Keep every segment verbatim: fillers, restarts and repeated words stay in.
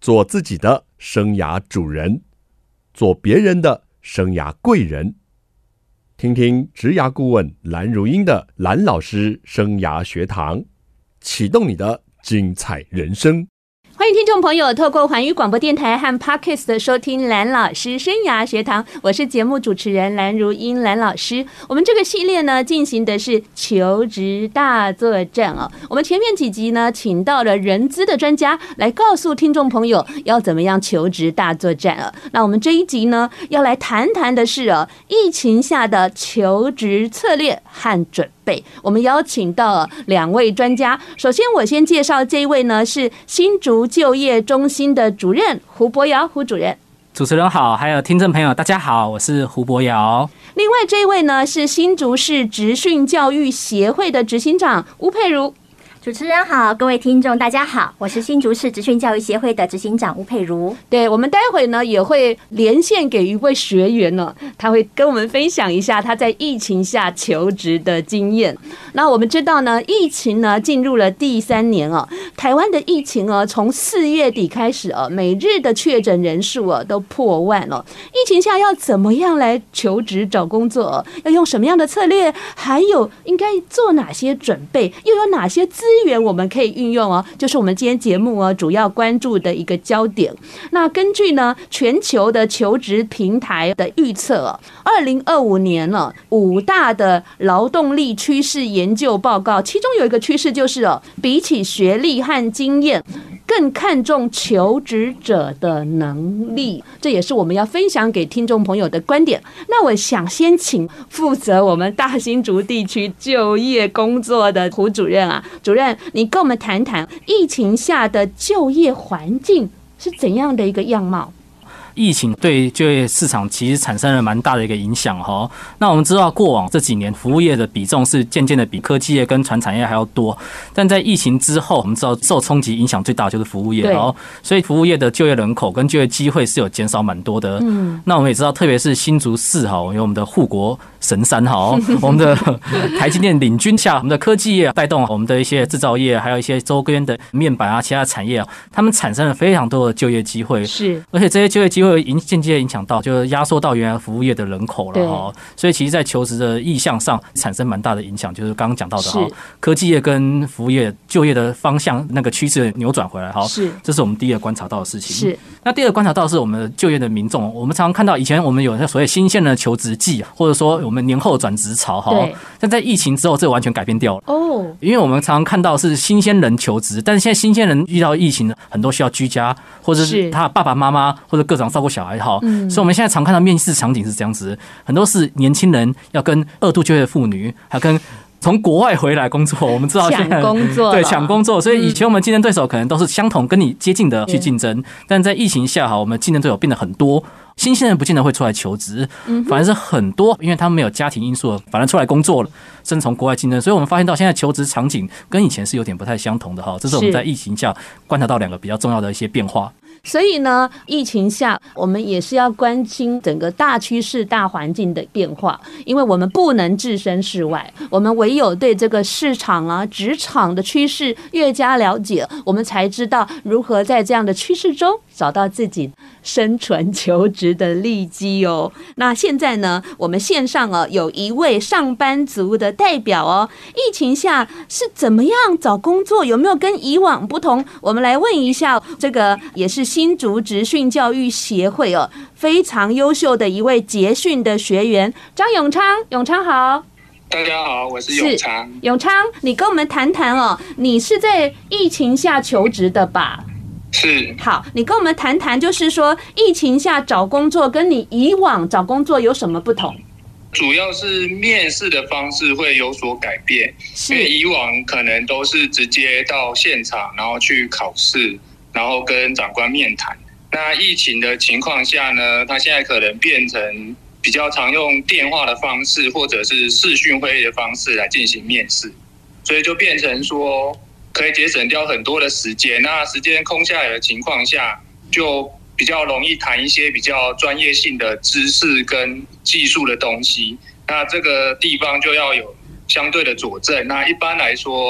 做自己的生涯主人，做别人的生涯贵人。听听职涯顾问蓝如英的蓝老师生涯学堂，启动你的精彩人生。 欢迎听众朋友透过环宇广播电台和 Podcast 收听蓝老师生涯学堂，我是节目主持人蓝如英蓝老师。我们这个系列呢进行的是求职大作战哦。我们前面几集呢请到了人资的专家来告诉听众朋友要怎么样求职大作战啊。那我们这一集呢要来谈谈的是哦疫情下的求职策略和准备。我们邀请到两位专家，首先我先介绍这一位呢是新竹就业中心的主任胡博尧胡主任。 主持人好，还有听众朋友大家好，我是胡博尧。 另外这一位呢是新竹市职训教育协会的执行长吴佩如。 主持人好，各位听众大家好，我是新竹市职训教育协会的执行长吴佩如。 对，我们待会呢也会连线给一位学员呢，他会跟我们分享一下他在疫情下求职的经验。那我们知道呢，疫情呢进入了第三年哦，台湾的疫情哦，从四月底开始哦，每日的确诊人数哦都破万了。疫情下要怎么样来求职找工作哦？要用什么样的策略？还有应该做哪些准备？又有哪些资源我们可以运用哦？就是我们今天节目哦主要关注的一个焦点。那根据呢全球的求职平台的预测哦，二零二五年了五大的劳动力趋势研究报告，其中有一个趋势就是哦，比起学历和经验，更看重求职者的能力，这也是我们要分享给听众朋友的观点。那我想先请负责我们大新竹地区就业工作的胡主任啊，主任，你跟我们谈谈疫情下的就业环境是怎样的一个样貌？ 疫情对就业市场其实产生了蛮大的一个影响哈。那我们知道过往这几年服务业的比重是渐渐的比科技业跟传产业还要多，但在疫情之后，我们知道受冲击影响最大的就是服务业，然后所以服务业的就业人口跟就业机会是有减少蛮多的。嗯，那我们也知道，特别是新竹市哈，有我们的护国神山哈，我们的台积电领军下，我们的科技业带动我们的一些制造业，还有一些周边的面板啊，其他产业啊，他们产生了非常多的就业机会。 是， 而且这些就业机会影间接影响到，就是压缩到原来服务业的人口了哈。所以其实，在求职的意向上产生蛮大的影响，就是刚刚讲到的哈，科技业跟服务业就业的方向那个趋势扭转回来哈。是，这是我们第一个观察到的事情。是，那第二个观察到的是我们就业的民众，我们常常看到以前我们有所谓新鲜人的求职季，或者说我们年后转职潮哈。但在疫情之后，这完全改变掉了哦。因为我们常常看到是新鲜人求职，但是现在新鲜人遇到疫情，很多需要居家，或者是他爸爸妈妈或者各种照顾小孩好，嗯，所以我们现在常看到面试场景是这样子，很多是年轻人要跟二度就业妇女，还跟从国外回来工作，我们知道现在抢工作， 对抢工作，所以以前我们竞争对手可能都是相同跟你接近的去竞争，但在疫情下哈，我们竞争对手变得很多。新鲜人不见得会出来求职，反而是很多，因为他们没有家庭因素，反而出来工作了，甚至从国外竞争。所以我们发现到现在求职场景跟以前是有点不太相同的哈。这是我们在疫情下观察到两个比较重要的一些变化。 所以呢，疫情下我们也是要关心整个大趋势、大环境的变化，因为我们不能置身事外，我们唯有对这个市场啊、职场的趋势越加了解，我们才知道如何在这样的趋势中找到自己生存求职的利基哦。那现在呢，我们线上哦有一位上班族的代表哦，疫情下是怎么样找工作？有没有跟以往不同？我们来问一下，这个也是新竹职训教育协会哦非常优秀的一位捷训的学员张永昌。永昌好。 大家好，我是永昌。 永昌，你跟我们谈谈哦，你是在疫情下求职的吧？ 是。 好，你跟我们谈谈，就是说疫情下找工作跟你以往找工作有什么不同？ 主要是面试的方式会有所改变，因为以往可能都是直接到现场，然后去考试，然后跟长官面谈。那疫情的情况下呢，他现在可能变成比较常用电话的方式，或者是视讯会议的方式来进行面试，所以就变成说可以节省掉很多的时间。那时间空下来的情况下，就比较容易谈一些比较专业性的知识跟技术的东西。那这个地方就要有相对的佐证。那一般来说，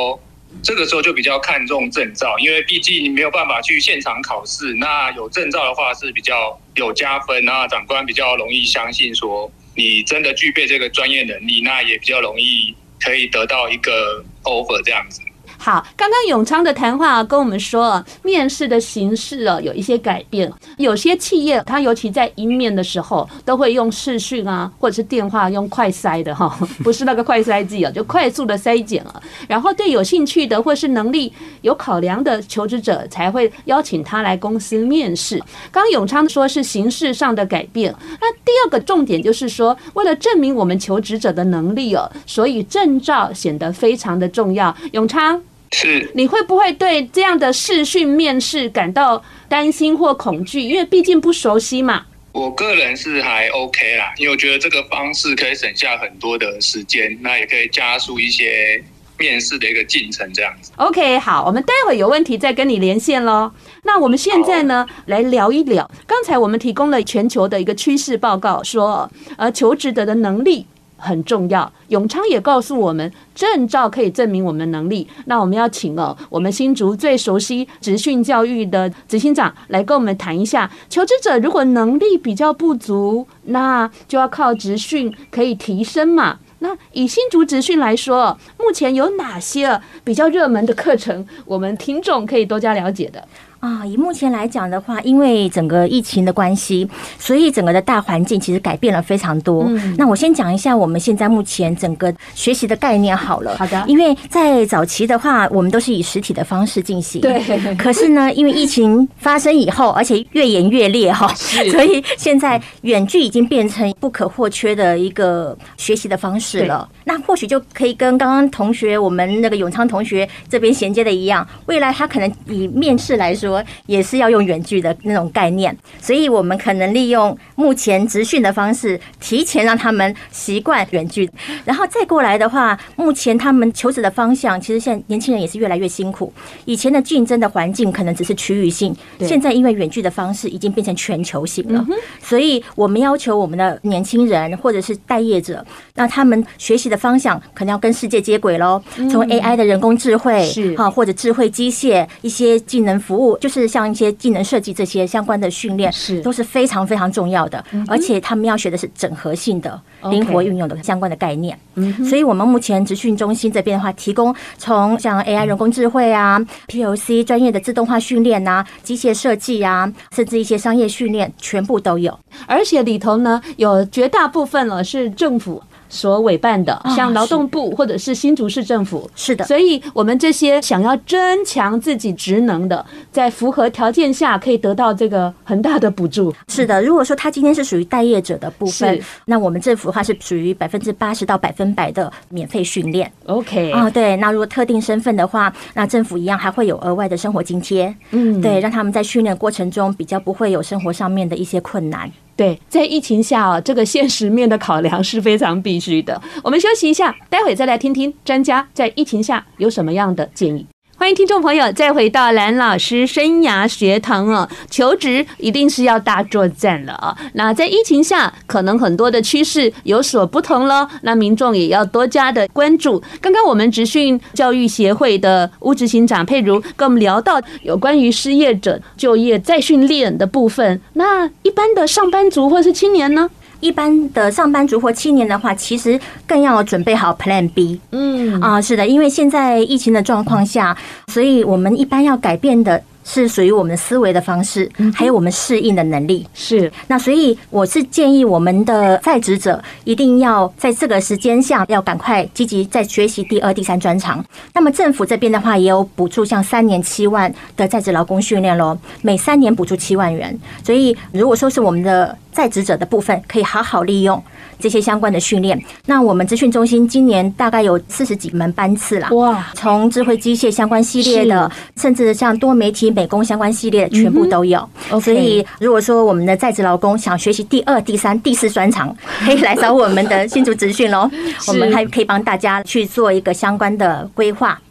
这个时候就比较看重证照，因为毕竟没有办法去现场考试，那有证照的话是比较有加分，那长官比较容易相信说你真的具备这个专业能力，那也比较容易可以得到一个 offer 这样子。 好，刚刚永昌的谈话跟我们说，面试的形式哦有一些改变。有些企业它尤其在一面的时候，都会用视讯啊，或者是电话用快筛的哈，不是那个快筛剂啊，就快速的筛检啊。然后对有兴趣的或是能力有考量的求职者，才会邀请他来公司面试。刚刚永昌说是形式上的改变，那第二个重点就是说，为了证明我们求职者的能力哦，所以证照显得非常的重要。永昌。 是， 你会不会对这样的视讯面试感到担心或恐惧？因为毕竟不熟悉嘛。 我个人是还 OK 啦，因为我觉得这个方式可以省下很多的时间，那也可以加速一些面试的一个进程，这样子。 OK， 好，我们待会有问题再跟你连线咯。那我们现在呢，来聊一聊，刚才我们提供了全球的一个趋势报告，说呃求职者的能力很重要。永昌也告诉我们，证照可以证明我们的能力。那我们要请哦，我们新竹最熟悉职训教育的执行长来跟我们谈一下，求职者如果能力比较不足，那就要靠职训可以提升嘛。那以新竹职训来说，目前有哪些比较热门的课程，我们听众可以多加了解的？ 啊，以目前来讲的话，因为整个疫情的关系，所以整个的大环境其实改变了非常多。嗯、那我先讲一下我们现在目前整个学习的概念好了。 好的。 因为在早期的话，我们都是以实体的方式进行。 对。 可是呢，因为疫情发生以后，而且越演越烈哈，所以现在远距已经变成不可或缺的一个学习的方式了。那或许就可以跟刚刚同学我们那个永昌同学这边衔接的一样，未来他可能以面试来说。也是要用远距的那种概念，所以我们可能利用目前职训的方式，提前让他们习惯远距，然后再过来的话，目前他们求职的方向，其实现在年轻人也是越来越辛苦。以前的竞争的环境可能只是区域性，现在因为远距的方式已经变成全球性了，所以我们要求我们的年轻人或者是待业者，那他们学习的方向可能要跟世界接轨咯，从 A I 的人工智慧或者智慧机械一些技能服务，就是像一些技能设计这些相关的训练，都是非常非常重要的，而且他们要学的是整合性的、灵活运用的相关的概念。所以我们目前职训中心这边的话，提供从像 A I 人工智慧啊、P L C 专业的自动化训练啊、机械设计啊，甚至一些商业训练，全部都有。 而且里头呢，有绝大部分了是政府所委办的，像劳动部或者是新竹市政府。 是的， 所以我们这些想要增强自己职能的，在符合条件下可以得到这个很大的补助。 是的，如果说他今天是属于待业者的部分，那我们政府的话是属于百分之八十到百分百的免费训练。 OK 啊，对，那如果特定身份的话，那政府一样还会有额外的生活津贴。嗯，对，让他们在训练过程中比较不会有生活上面的一些困难。 对，在疫情下啊，这个现实面的考量是非常必须的。我们休息一下，待会再来听听专家在疫情下有什么样的建议。欢迎听众朋友再回到蓝老师生涯学堂哦，求职一定是要大作战了啊！那在疫情下，可能很多的趋势有所不同了，那民众也要多加的关注。刚刚我们职训教育协会的巫执行长佩如跟我们聊到有关于失业者就业再训练的部分，那一般的上班族或是青年呢？ 一般的上班族或青年的话，其实更要准备好 Plan B。嗯啊，是的，因为现在疫情的状况下，所以我们一般要改变的是属于我们思维的方式，还有我们适应的能力。 是， 那所以我是建议我们的在职者一定要在这个时间下要赶快积极在学习第二、第三专长。那么政府这边的话也有补助，像三年七万的在职劳工训练咯，每三年补助七万元。所以如果说是我们的在职者的部分，可以好好利用这些相关的训练。那我们资讯中心今年大概有四十几门班次啦，哇！从智慧机械相关系列的，甚至像多媒体美工相关系列的，全部都有。嗯、所以如果说我们的在职劳工想学习第二、第三、第四专长，可以来找我们的新竹职训咯。我们还可以帮大家去做一个相关的规划。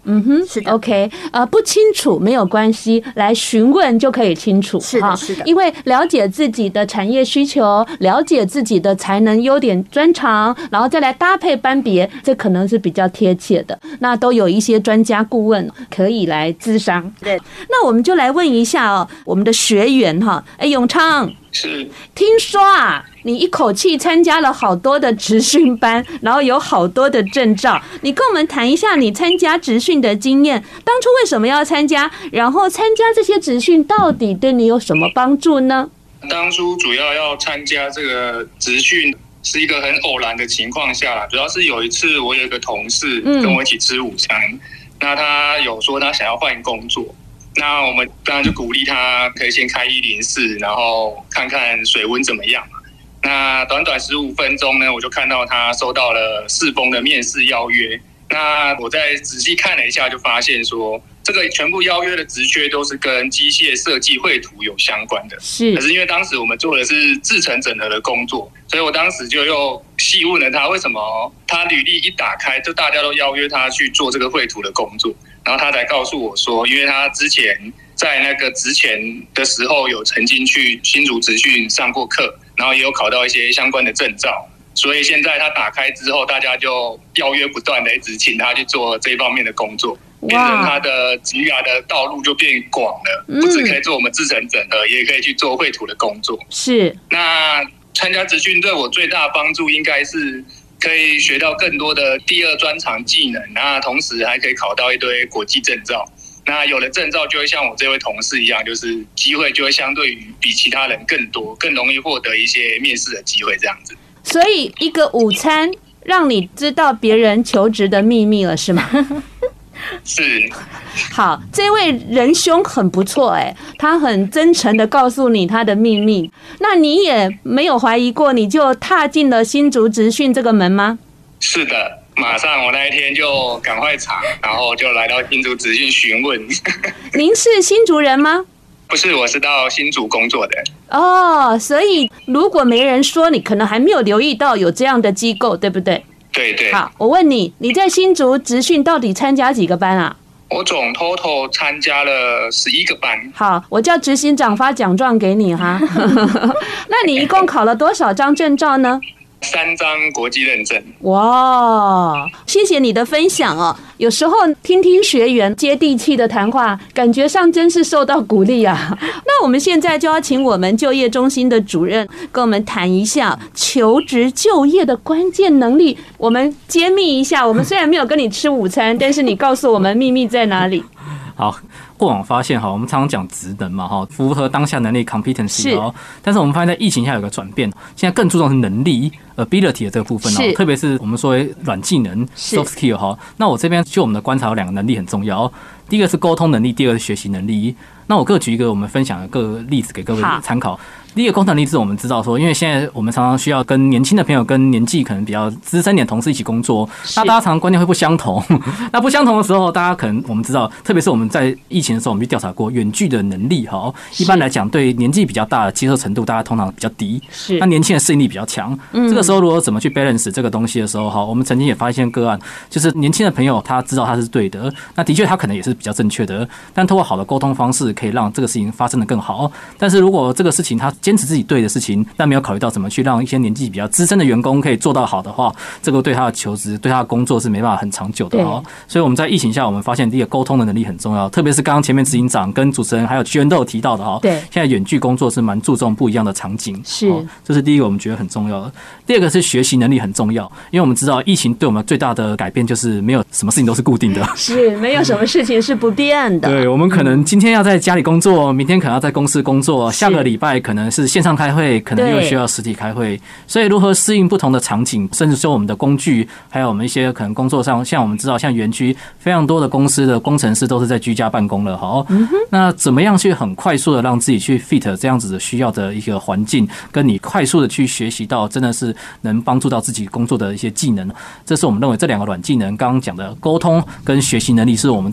嗯哼， 是的 ，OK， 呃，不清楚没有关系，来询问就可以清楚。 是的，是的， 因为了解自己的产业需求，了解自己的才能、优点、专长，然后再来搭配班别，这可能是比较贴切的。那都有一些专家顾问可以来咨商。 对， 那我们就来问一下哦，我们的学员哈，哎，永昌。 是， 听说啊，你一口气参加了好多的职训班，然后有好多的证照。你跟我们谈一下你参加职训的经验，当初为什么要参加？然后参加这些职训到底对你有什么帮助呢？ 当初主要要参加这个职训是一个很偶然的情况下啦，主要是有一次我有一个同事跟我一起吃午餐，嗯、那他有说他想要换工作。那我们当然就鼓励他可以先开一零四，然后看看水温怎么样。那短短十五分钟呢，我就看到他收到了四封的面试邀约。那我再仔细看了一下，就发现说，这个全部邀约的职缺都是跟机械设计绘图有相关的。 是， 可是因为当时我们做的是制程整合的工作，所以我当时就又细问了他，为什么他履历一打开，就大家都邀约他去做这个绘图的工作。然后他才告诉我说，因为他之前在那个职前的时候有曾经去新竹职训上过课，然后也有考到一些相关的证照，所以现在他打开之后，大家就邀约不断的一直请他去做这一方面的工作，变成他的职涯的道路就变广了，不只可以做我们制程整合，也可以去做绘图的工作。 是， 那参加职训对我最大的帮助应该是可以学到更多的第二专长技能，那同时还可以考到一堆国际证照。那有了证照，就会像我这位同事一样，就是机会就会相对于比其他人更多，更容易获得一些面试的机会，这样子。 所以一个午餐让你知道别人求职的秘密了，是吗？ 是。 好，这位仁兄很不错哎，他很真诚的告诉你他的秘密，那你也没有怀疑过，你就踏进了新竹职训这个门吗？ 是的，马上我那一天就赶快查，然后就来到新竹职训询问。 您是新竹人吗？ 不是，我是到新竹工作的。 哦，所以如果没人说，你可能还没有留意到有这样的机构，对不对？ 对对。 好，我问你，你在新竹职训到底参加几个班啊？ 我总 total 参加了十一个班。 好，我叫执行长发奖状给你哈。那你一共考了多少张证照呢？ 三张国际认证。 哇，谢谢你的分享哦。有时候听听学员接地气的谈话，感觉上真是受到鼓励啊。那我们现在就要请我们就业中心的主任跟我们谈一下求职就业的关键能力。我们揭秘一下，我们虽然没有跟你吃午餐，但是你告诉我们秘密在哪里。 好，过往发现哈，我们常常讲职能嘛哈，符合当下能力 competency 哦，但是我们发现在疫情下有个转变，现在更注重是能力 ability 的这个部分哦，特别是我们说软技能 soft skill 哈。那我这边就我们的观察有两个能力很重要，第一个是沟通能力，第二个是学习能力。那我各举一个我们分享的各个例子给各位参考。第一个沟通能力是我们知道说，因为现在我们常常需要跟年轻的朋友、跟年纪可能比较资深点同事一起工作，那大家常常观念会不相同。那不相同的时候，大家可能我们知道，特别是我们在疫情的时候，我们去调查过远距的能力哈。一般来讲，对年纪比较大的接受程度，大家通常比较低。是。那年轻人适应力比较强。嗯。这个时候如果怎么去 balance 这个东西的时候哈，我们曾经也发现个案，就是年轻的朋友他知道他是对的，那的确他可能也是比较正确的，但透过好的沟通方式，可以让这个事情发生的更好。但是如果这个事情他坚持自己对的事情，但没有考虑到怎么去让一些年纪比较资深的员工可以做到好的话，这个对他的求职、对他的工作是没办法很长久的哦。所以我们在疫情下，我们发现第一个沟通的能力很重要，特别是刚刚前面执行长跟主持人还有学员都有提到的哈。对，现在远距工作是蛮注重不一样的场景，是，这是第一个我们觉得很重要的。第二个是学习能力很重要，因为我们知道疫情对我们最大的改变就是没有什么事情都是固定的， 是没有什么事情是不变的。 对，我们可能今天要在家里工作，明天可能要在公司工作，下个礼拜可能是线上开会，可能又需要实体开会，所以如何适应不同的场景，甚至说我们的工具，还有我们一些可能工作上，像我们知道，像园区非常多的公司的工程师都是在居家办公了，好，嗯、那怎么样去很快速的让自己去 fit 这样子的需要的一个环境，跟你快速的去学习到，真的是能帮助到自己工作的一些技能，这是我们认为这两个软技能，刚刚讲的沟通跟学习能力，是我们在疫情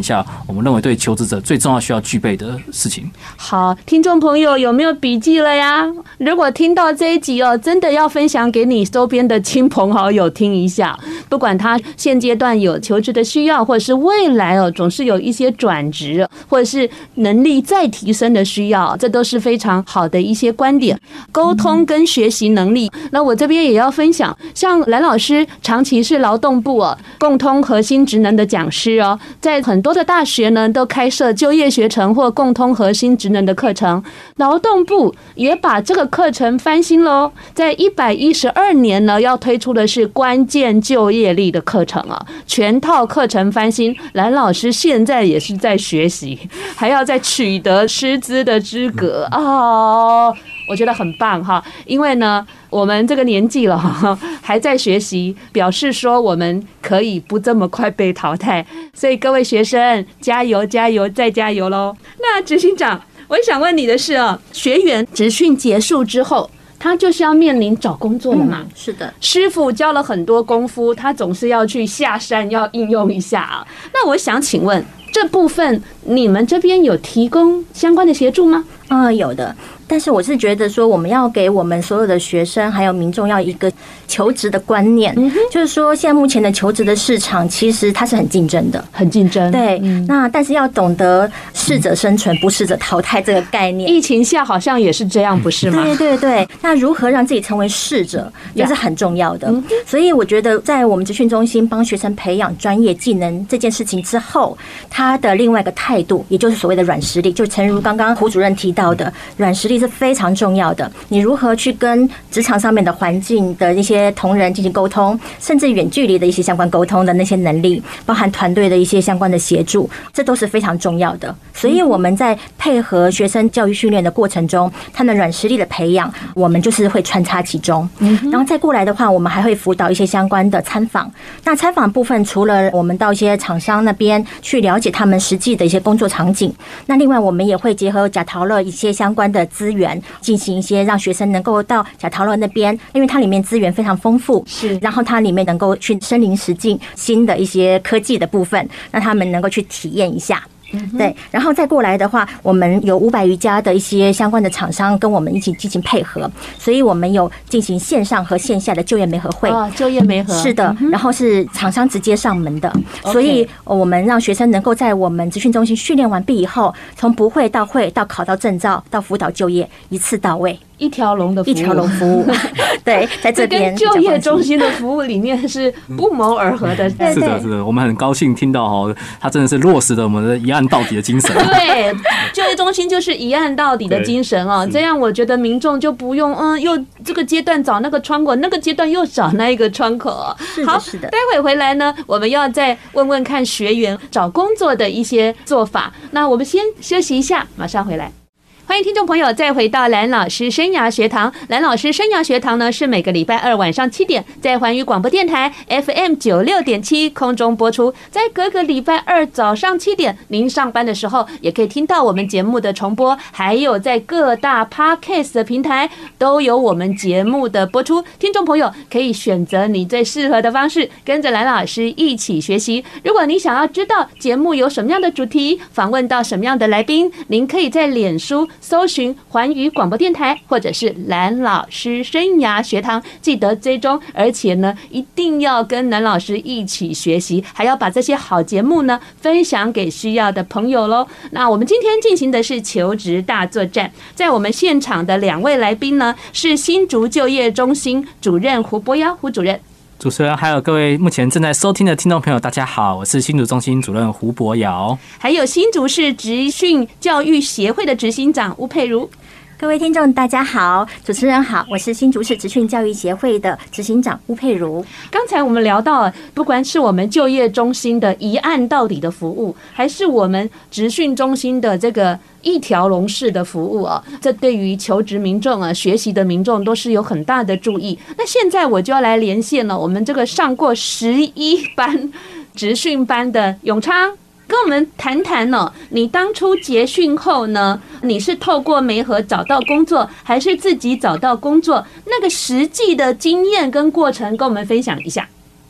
下我们认为对求职者最重要需要具备的事情。 好，听众朋友有没有笔记了呀？如果听到这一集哦，真的要分享给你周边的亲朋好友听一下，不管他现阶段有求职的需要，或者是未来哦总是有一些转职或者是能力再提升的需要，这都是非常好的一些观点。沟通跟学习能力，那我这边也要分享，像蓝老师长期是劳动部哦共通核心职能的讲师哦，在很多的大学呢都开设就业学程或共通核心职能的课程，劳动部也把这个课程翻新喽，在一百一十二年呢要推出的是关键就业力的课程啊，全套课程翻新，蓝老师现在也是在学习，还要再取得师资的资格哦，我觉得很棒哈，因为呢我们这个年纪了还在学习，表示说我们可以不这么快被淘汰，所以各位学生加油加油再加油咯。那执行长，我想问你的是哦，学员职训结束之后他就是要面临找工作了嘛、嗯、 是的， 师傅教了很多功夫，他总是要去下山要应用一下啊。那我想请问这部分你们这边有提供相关的协助吗？ 啊、嗯，有的。但是我是觉得说，我们要给我们所有的学生还有民众要一个求职的观念，嗯、就是说，现在目前的求职的市场其实它是很竞争的， 很竞争。 对，嗯、那但是要懂得适者生存，不适者淘汰这个概念。 疫情下好像也是这样，不是吗？ 对对对。那如何让自己成为适者，这是很重要的。所以我觉得，在我们职训中心帮学生培养专业技能这件事情之后，他的另外一个态度，也就是所谓的软实力，就诚如刚刚胡主任提到的，软实力是非常重要的。你如何去跟职场上面的环境的一些同仁进行沟通，甚至远距离的一些相关沟通的那些能力，包含团队的一些相关的协助，这都是非常重要的。所以我们在配合学生教育训练的过程中，他们软实力的培养，我们就是会穿插其中。然后再过来的话，我们还会辅导一些相关的参访。那参访部分，除了我们到一些厂商那边去了解他们实际的一些工作场景，那另外我们也会结合甲陶乐一些相关的资源，进行一些让学生能够到甲陶乐那边，因为它里面资源非常丰富，是，然后它里面能够去身临实境新的一些科技的部分，让他们能够去体验一下。对，然后再过来的话，我们有五百余家的一些相关的厂商跟我们一起进行配合，所以我们有进行线上和线下的就业媒合会。 哦，就业媒合是的，然后是厂商直接上门的，所以我们让学生能够在我们职训中心训练完毕以后，从不会到会到考到证照到辅导就业，一次到位。 一条龙的服务， 一条龙服务，对，在这边跟就业中心的服务里面是不谋而合的。 是的，是的，我们很高兴听到哈，他真的是落实了我们的一案到底的精神。 对，就业中心就是一案到底的精神哦。这样我觉得民众就不用嗯，又这个阶段找那个窗口，那个阶段又找那一个窗口。 好，是的。 待会回来呢，我们要再问问看学员找工作的一些做法。那我们先休息一下，马上回来。欢迎听众朋友再回到蓝老师生涯学堂。蓝老师生涯学堂呢，是每个礼拜二晚上七点在环宇广播电台 F M 九六点七空中播出，在各个礼拜二早上七点您上班的时候也可以听到我们节目的重播，还有在各大 Podcast 的平台都有我们节目的播出。听众朋友可以选择你最适合的方式，跟着蓝老师一起学习。如果你想要知道节目有什么样的主题，访问到什么样的来宾，您可以在脸书搜寻环宇广播电台或者是蓝老师生涯学堂，记得追踪，而且呢一定要跟蓝老师一起学习，还要把这些好节目呢分享给需要的朋友咯。那我们今天进行的是求职大作战，在我们现场的两位来宾呢是新竹就业中心主任胡博尧胡主任。 主持人还有各位目前正在收听的听众朋友大家好，我是新竹中心主任胡博尧， 还有新竹市职训教育协会的执行长吴佩如。 各位听众大家好，主持人好，我是新竹市职训教育协会的执行长吴佩如。 刚才我们聊到，不管是我们就业中心的一案到底的服务，还是我们职训中心的这个一条龙式的服务啊，这对于求职民众啊、学习的民众都是有很大的注意。那现在我就要来连线了，我们这个上过十一班职训班的永昌，跟我们谈谈呢、哦，你当初结训后呢，你是透过媒合找到工作，还是自己找到工作？那个实际的经验跟过程，跟我们分享一下。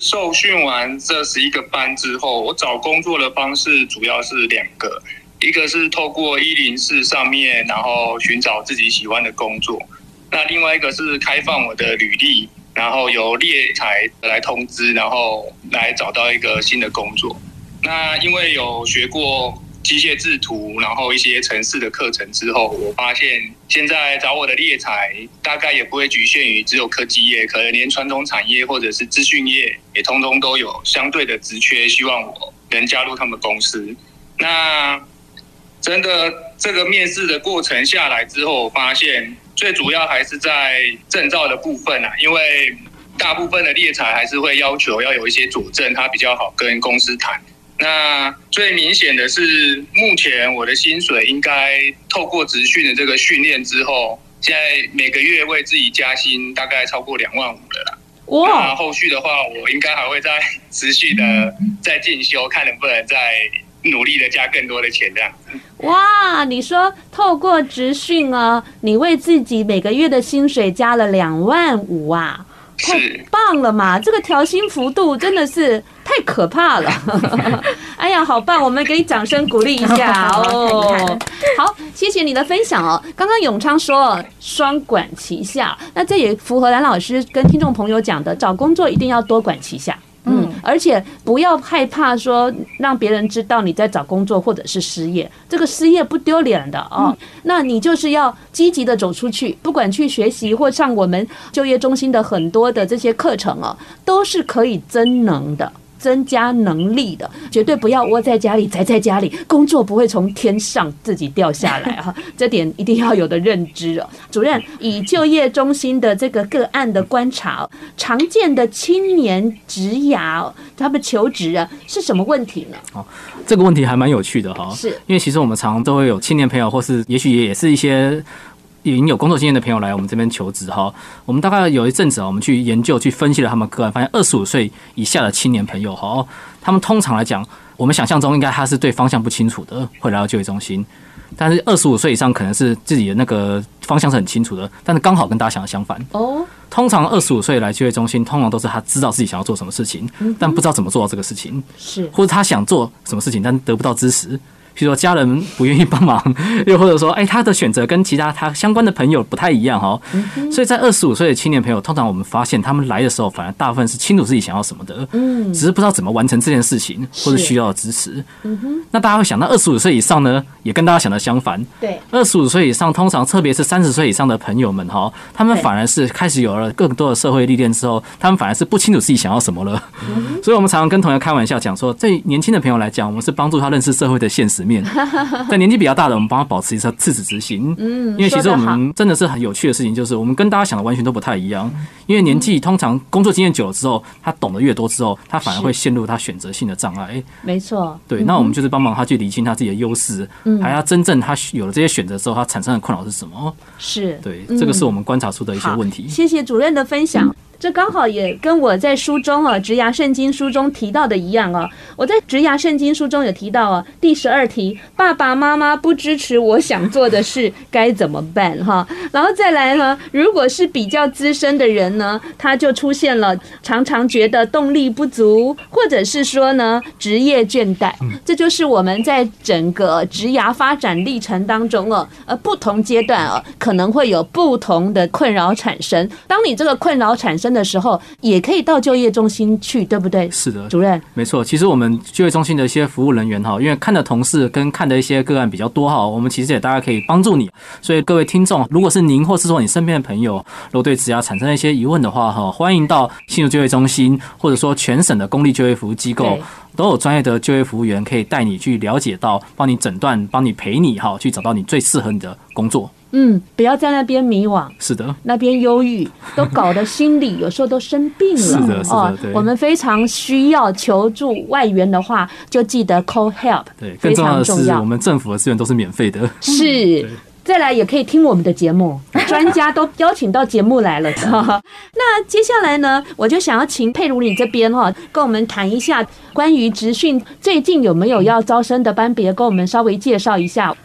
受训完这十一个班之后，我找工作的方式主要是两个，一个是透过一零四上面，然后寻找自己喜欢的工作，那另外一个是开放我的履历，然后由猎才来通知，然后来找到一个新的工作。那因为有学过机械制图，然后一些程式的课程之后，我发现现在找我的猎才大概也不会局限于只有科技业，可能连传统产业或者是资讯业也通通都有相对的职缺，希望我能加入他们公司。那真的这个面试的过程下来之后，我发现最主要还是在证照的部分啊，因为大部分的猎才还是会要求要有一些佐证，它比较好跟公司谈。那最明显的是，目前我的薪水应该透过职训的这个训练之后，现在每个月为自己加薪大概超过两万五了啦。哇！那后续的话，我应该还会再持续的再进修，看能不能再努力的加更多的钱这样。 哇！你说透过职训啊，你为自己每个月的薪水加了两万五啊？太棒了嘛！这个调薪幅度真的是太可怕了。哎呀，好棒！我们给你掌声鼓励一下哦。好，谢谢你的分享哦。刚刚永昌说双管齐下，那这也符合蓝老师跟听众朋友讲的，找工作一定要多管齐下。嗯，而且不要害怕说让别人知道你在找工作或者是失业，这个失业不丢脸的哦。那你就是要积极的走出去，不管去学习或上我们就业中心的很多的这些课程哦，都是可以增能的。增加能力的，绝对不要窝在家里宅在家里，工作不会从天上自己掉下来啊！这点一定要有的认知哦。主任，以就业中心的这个个案的观察，常见的青年职涯他们求职啊是什么问题呢？ 哦，这个问题还蛮有趣的哈， 是因为其实我们常常都会有青年朋友，或是也许也是一些已经有工作经验的朋友来我们这边求职哈，我们大概有一阵子我们去研究、去分析了他们个案，发现二十五岁以下的青年朋友哈，他们通常来讲，我们想象中应该他是对方向不清楚的，会来到就业中心。但是二十五岁以上可能是自己的那个方向是很清楚的，但是刚好跟大家想的相反。哦，通常二十五岁来就业中心，通常都是他知道自己想要做什么事情，但不知道怎么做到这个事情， 是或者他想做什么事情，但得不到支持。比如说家人不愿意帮忙，又或者说，哎，他的选择跟其他他相关的朋友不太一样哈。所以在二十五岁的青年朋友，通常我们发现他们来的时候，反而大部分是清楚自己想要什么的，嗯，只是不知道怎么完成这件事情，或者需要的支持。嗯哼，那大家会想到二十五岁以上呢，也跟大家想的相反。 对， 二十五岁以上，通常特别是三十岁以上的朋友们哈，他们反而是开始有了更多的社会历练之后，他们反而是不清楚自己想要什么了。嗯、所以我们常常跟同学开玩笑讲说，对年轻的朋友来讲，我们是帮助他认识社会的现实面。在年纪比较大的，我们帮他保持一次赤子之心。嗯，因为其实我们真的是很有趣的事情，就是我们跟大家想的完全都不太一样。因为年纪通常工作经验久了之后，他懂得越多之后，他反而会陷入他选择性的障碍。 没错， 对，那我们就是帮忙他去理清他自己的优势，嗯，还要真正他有了这些选择之后，他产生的困扰是什么？ 是， 对，这个是我们观察出的一些问题。 谢谢主任的分享。这刚好也跟我在书中啊《职涯圣经》书中提到的一样啊，我在《职涯圣经》书中有提到啊，第十二题，爸爸妈妈不支持我想做的事该怎么办哈？然后再来呢，如果是比较资深的人呢，他就出现了常常觉得动力不足，或者是说呢职业倦怠，这就是我们在整个职涯发展历程当中啊，呃不同阶段啊，可能会有不同的困扰产生。当你这个困扰产生的时候，也可以到就业中心去，对不对？ 是的， 主任， 没错。其实我们就业中心的一些服务人员哈，因为看的同事跟看的一些个案比较多哈，我们其实也大概可以帮助你。所以各位听众，如果是您或是说你身边的朋友，如果对职涯产生了一些疑问的话哈，欢迎到信义就业中心，或者说全省的公立就业服务机构，都有专业的就业服务员可以带你去了解到，帮你诊断，帮你陪你哈，去找到你最适合你的工作。 嗯，不要在那边迷惘， 是的， 那边忧郁，都搞得心里有时候都生病了。 是的，是的，对。 我们非常需要求助外援的话，就记得 call help。 对，更重要的是，我们政府的资源都是免费的。 是。再来也可以听我们的节目，专家都邀请到节目来了。那接下来呢，我就想要请佩如你这边哈，跟我们谈一下关于职训最近有没有要招生的班别，跟我们稍微介绍一下。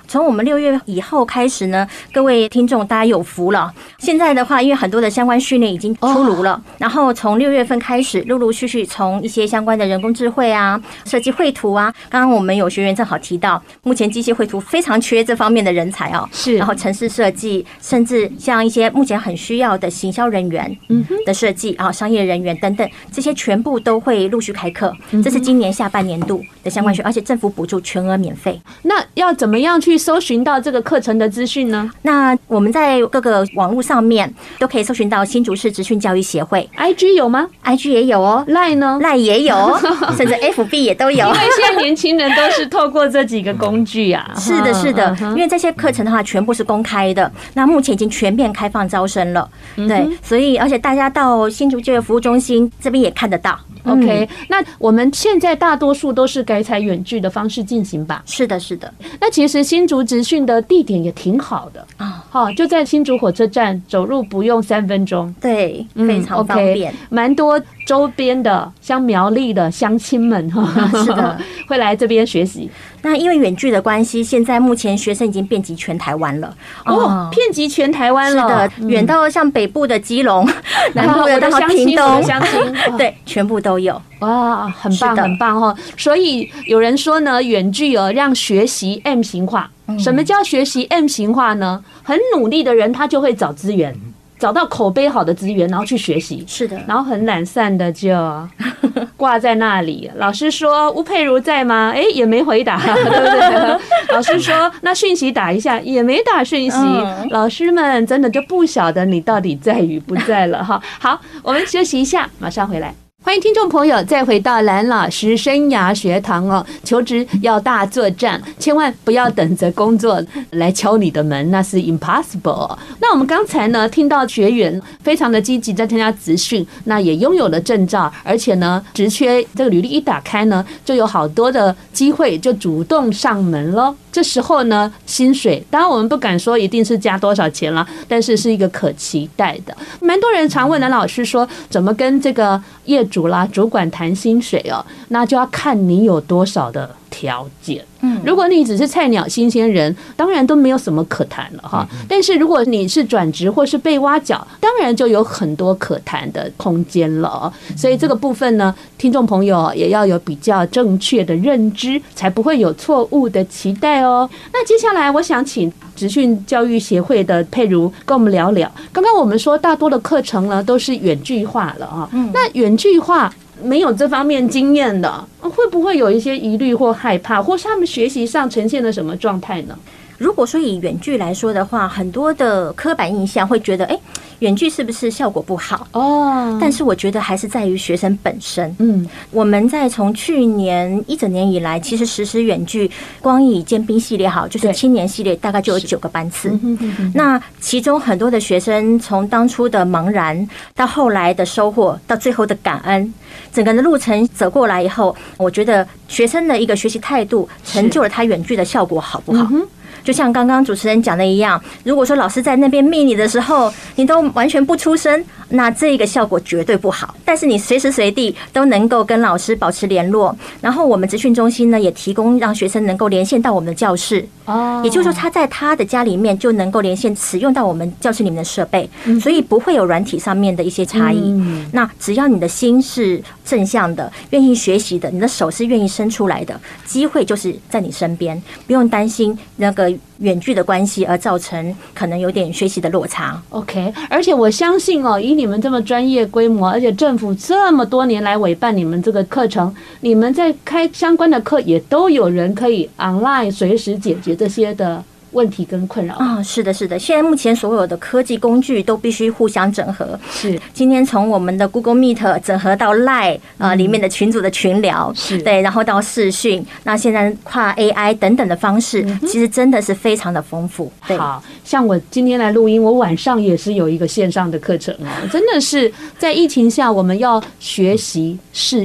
从我们六月以后开始呢，各位听众大家有福了。现在的话，因为很多的相关训练已经出炉了，然后从六月份开始，陆陆续续从一些相关的人工智慧啊、设计绘图啊，刚刚我们有学员正好提到，目前机械绘图非常缺这方面的人才哦， 是， 然后程式设计，甚至像一些目前很需要的行销人员的设计啊、商业人员等等，这些全部都会陆续开课。这是今年下半年度的相关学，而且政府补助全额免费。 那要怎么样去搜寻到这个课程的资讯呢？ 那我们在各个网络上面都可以搜寻到新竹市职训教育协会 ，I G 有吗 ？I G 也有哦 ，Line 呢 ？Line 也有，甚至 F B 也都有。 因为现在年轻人都是透过这几个工具啊。 是的，是的，因为这些课程的话全部是公开的，那目前已经全面开放招生了。对，所以而且大家到新竹就业服务中心这边也看得到。 OK， 那我们现在大多数都是改采远距的方式进行吧？ 是的，是的。 那其实新竹职训的地点也挺好的啊，好，就在新竹火车站，走路不用三分钟， 对，非常方便。 蛮多周边的像苗栗的乡亲们哈， 是的， 会来这边学习。 那因为远距的关系，现在目前学生已经遍及全台湾了。 哦，遍及全台湾了。 是的，远到像北部的基隆，南部的到屏东，对，全部都有。 哇，很棒，很棒哦！所以有人说呢，远距哦，让学习 M 型化。什么叫学习 M 型化呢？很努力的人，他就会找资源。找到口碑好的资源，然后去学习。 是的， 然后很懒散的就挂在那里。老师说吴佩如在吗？哎，也没回答，对不对？老师说那讯息打一下，也没打讯息。嗯、老师们真的就不晓得你到底在与不在了哈。好，我们休息一下，马上回来。欢迎听众朋友再回到蓝老师生涯学堂哦，求职要大作战，千万不要等着工作来敲你的门，那是 impossible。那我们刚才呢听到学员非常的积极在参加职训，那也拥有了证照，而且呢职缺这个履历一打开呢，就有好多的机会就主动上门咯。这时候呢，薪水当然我们不敢说一定是加多少钱了，但是是一个可期待的。蛮多人常问蓝老师说，怎么跟这个业主啦、主管谈薪水哦？那就要看你有多少的条件。嗯，如果你只是菜鸟新鲜人，当然都没有什么可谈了哈。但是如果你是转职或是被挖角，当然就有很多可谈的空间了。所以这个部分呢，听众朋友也要有比较正确的认知，才不会有错误的期待哦。那接下来我想请职训教育协会的佩如跟我们聊聊。刚刚我们说大多的课程呢都是远距化了啊，那远距化没有这方面经验的，会不会有一些疑虑或害怕，或是他们学习上呈现了什么状态呢？ 如果说以远距来说的话，很多的刻板印象会觉得，哎，远距是不是效果不好？哦，但是我觉得还是在于学生本身。嗯，我们在从去年一整年以来，其实实施远距，光以尖兵系列好，就是青年系列，大概就有九个班次。那其中很多的学生从当初的茫然，到后来的收获，到最后的感恩，整个的路程走过来以后，我觉得学生的一个学习态度，成就了他远距的效果好不好？就像刚刚主持人讲的一样，如果说老师在那边密你的时候，你都完全不出声，那这个效果绝对不好。但是你随时随地都能够跟老师保持联络，然后我们职训中心呢也提供让学生能够连线到我们的教室，哦，也就是说他在他的家里面就能够连线使用到我们教室里面的设备，所以不会有软体上面的一些差异。那只要你的心是正向的，愿意学习的，你的手是愿意伸出来的，机会就是在你身边，不用担心那个远距的关系而造成可能有点学习的落差。 OK， 而且我相信哦，以你们这么专业规模，而且政府这么多年来委办你们这个课程，你们在开相关的课也都有人可以 online 随时解决这些的问题跟困扰啊、哦，是的，是的。现在目前所有的科技工具都必须互相整合。 是， 今天从我们的 Google Meet 整合到 Line 啊、呃、里面的群组的群聊， 是对，然后到视讯，那现在跨 A I 等等的方式，嗯、其实真的是非常的丰富。对， 好像我今天来录音，我晚上也是有一个线上的课程哦，真的是在疫情下我们要学习适应。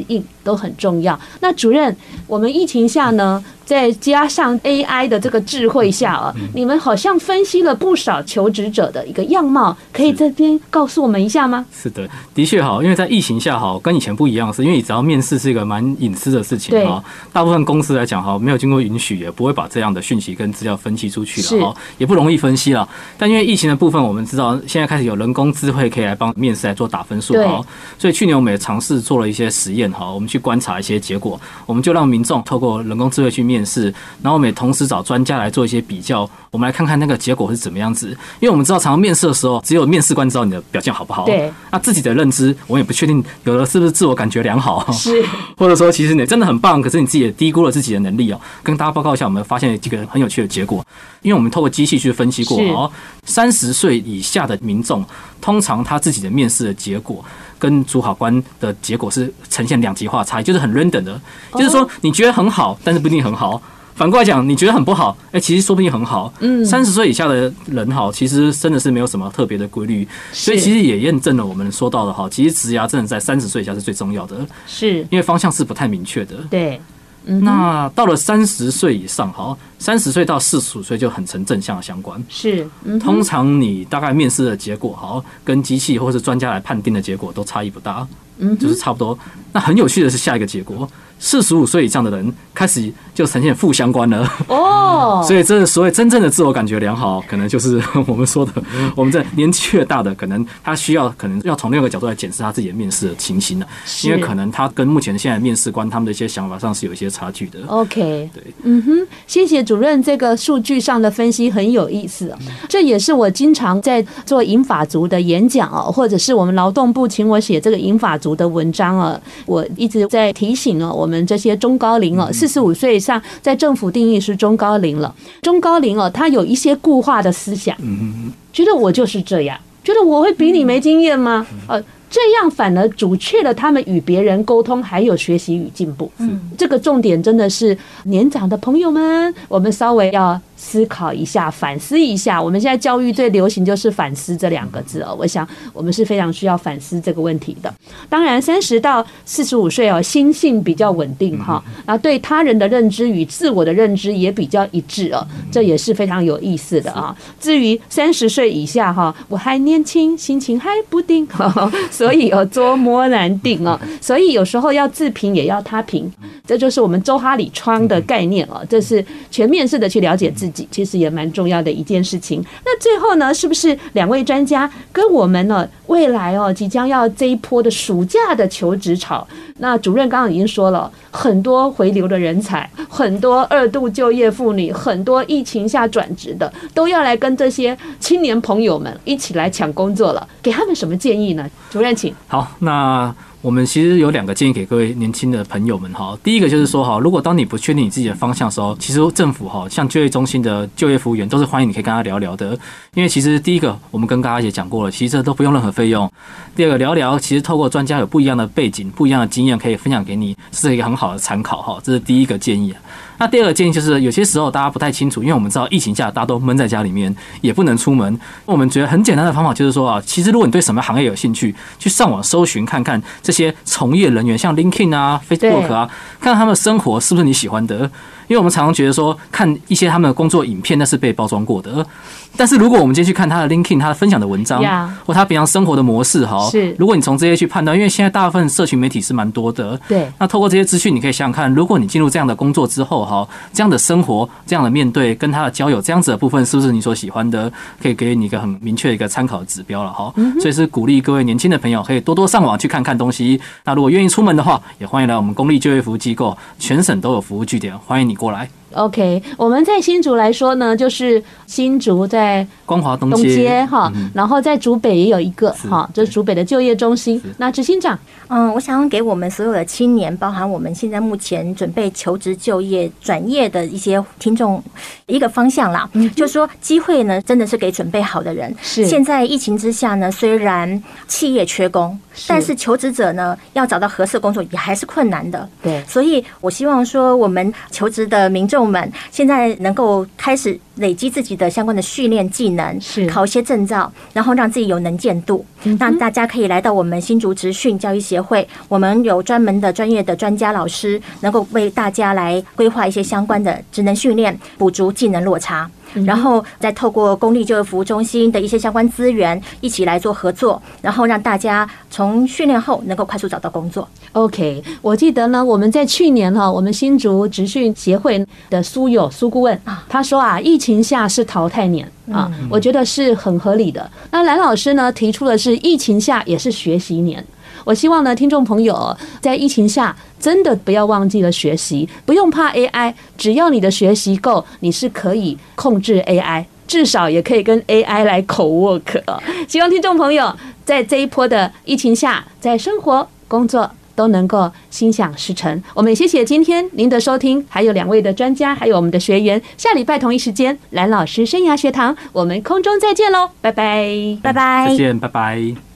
都很重要。那主任，我们疫情下呢，再加上 A I 的这个智慧下啊，你们好像分析了不少求职者的一个样貌，可以这边告诉我们一下吗？ 是的，的确好，因为在疫情下好，跟以前不一样，是因为只要面试是一个蛮隐私的事情哈，大部分公司来讲哈，没有经过允许，也不会把这样的讯息跟资料分析出去了哈，也不容易分析了。但因为疫情的部分，我们知道现在开始有人工智慧可以来帮面试来做打分数哈，所以去年我们也尝试做了一些实验哈，我们去观察一些结果，我们就让民众透过人工智慧去面试，然后我们也同时找专家来做一些比较，我们来看看那个结果是怎么样子。因为我们知道，常常面试的时候，只有面试官知道你的表现好不好。 对。 那自己的认知，我们也不确定，有的是不是自我感觉良好， 是， 或者说其实你真的很棒，可是你自己也低估了自己的能力哦。跟大家报告一下，我们发现几个很有趣的结果。因为我们透过机器去分析过，哦，三十岁以下的民众，通常他自己的面试的结果跟主考官的结果是呈现两极化差异，就是很 random 的，就是说你觉得很好，但是不一定很好。反过来讲，你觉得很不好，哎，其实说不定很好。嗯，三十岁以下的人哈，其实真的是没有什么特别的规律，所以其实也验证了我们说到的哈，其实职涯真的在三十岁以下是最重要的，是因为方向是不太明确的。 对， 嗯，那到了三十岁以上，哈，三十岁到四十五岁就很成正向的相关。是，嗯，通常你大概面试的结果，好，跟机器或是专家来判定的结果都差异不大，嗯，就是差不多。那很有趣的是下一个结果。四十五岁以上的人开始就呈现负相关了哦，所以这所谓真正的自我感觉良好，可能就是我们说的，我们在年纪越大的，可能他需要可能要从另一个角度来检视他自己的面试的情形了，因为可能他跟目前现在面试官他们的一些想法上是有一些差距的。 OK， 对，嗯哼，谢谢主任，这个数据上的分析很有意思哦，这也是我经常在做银发族的演讲哦，或者是我们劳动部请我写这个银发族的文章啊，我一直在提醒哦，我们这些中高龄哦，四十五岁以上，在政府定义是中高龄了。中高龄哦，他有一些固化的思想，觉得我就是这样，觉得我会比你没经验吗？呃，这样反而阻却了他们与别人沟通，还有学习与进步。嗯，这个重点真的是年长的朋友们，我们稍微要思考一下，反思一下。我们现在教育最流行就是反思这两个字哦，我想我们是非常需要反思这个问题的。当然，三十到四十五岁哦，心性比较稳定哈，然后对他人的认知与自我的认知也比较一致哦，这也是非常有意思的啊。至于三十岁以下哈，我还年轻，心情还不定，所以哦捉摸难定哦，所以有时候要自评也要他评，这就是我们周哈里窗的概念哦，这是全面式的去了解自己。其实也蛮重要的一件事情。那最后呢，是不是两位专家跟我们呢未来哦即将要这一波的暑假的求职潮？那主任刚刚已经说了，很多回流的人才，很多二度就业妇女，很多疫情下转职的，都要来跟这些青年朋友们一起来抢工作了。给他们什么建议呢？主任请。 好，那我们其实有两个建议给各位年轻的朋友们哈。第一个就是说哈，如果当你不确定你自己的方向的时候，其实政府哈，像就业中心的就业服务员都是欢迎你可以跟他聊聊的。因为其实第一个我们跟大家也讲过了，其实这都不用任何费用。第二个聊聊，其实透过专家有不一样的背景、不一样的经验可以分享给你，是一个很好的参考哈。这是第一个建议。那第二个建议就是，有些时候大家不太清楚，因为我们知道疫情下大家都闷在家里面，也不能出门。我们觉得很简单的方法就是说啊，其实如果你对什么行业有兴趣，去上网搜寻看看这些从业人员，像 LinkedIn 啊、Facebook 啊，看看他们的生活是不是你喜欢的。因为我们常常觉得说，看一些他们的工作影片，那是被包装过的。但是如果我们今天去看他的 LinkedIn， 他分享的文章， yeah. 或他平常生活的模式，哈，是。如果你从这些去判断，因为现在大部分社群媒体是蛮多的，对。那透过这些资讯，你可以想想看，如果你进入这样的工作之后，哈，这样的生活、这样的面对跟他的交友，这样子的部分是不是你所喜欢的？可以给你一个很明确的一个参考的指标了，哈。嗯、所以是鼓励各位年轻的朋友可以多多上网去看看东西。那如果愿意出门的话，也欢迎来我们公立就业服务机构，全省都有服务据点，欢迎你过来。 OK， 我们在新竹来说呢，就是新竹在光华东街哈，然后在竹北也有一个哈，这是竹北的就业中心。那执行长， 嗯，我想给我们所有的青年，包含我们现在目前准备求职、就业、转业的一些听众一个方向啦，嗯、就是说机会呢，真的是给准备好的人。是现在疫情之下呢，虽然企业缺工，但是求职者呢要找到合适的工作也还是困难的。对，所以我希望说，我们求职的民众。 众们现在能够开始累积自己的相关的训练技能， 是考一些证照，然后让自己有能见度。 嗯、 那大家可以来到我们新竹职训教育协会，我们有专门的专业的专家老师，能够为大家来规划一些相关的职能训练，补足技能落差。然后再透过公立就业服务中心的一些相关资源，一起来做合作，然后让大家从训练后能够快速找到工作。 OK， 我记得呢，我们在去年哈，我们新竹职训协会的苏友苏顾问，他说啊，疫情下是淘汰年啊，我觉得是很合理的。那蓝老师呢提出的是疫情下也是学习年。我希望呢，听众朋友在疫情下真的不要忘记了学习，不用怕 A I， 只要你的学习够，你是可以控制 A I， 至少也可以跟 A I 来口 work。希望听众朋友在这一波的疫情下，在生活、工作都能够心想事成。我们也谢谢今天您的收听，还有两位的专家，还有我们的学员。下礼拜同一时间，蓝老师生涯学堂，我们空中再见喽，拜拜， 拜拜， 再见，拜拜。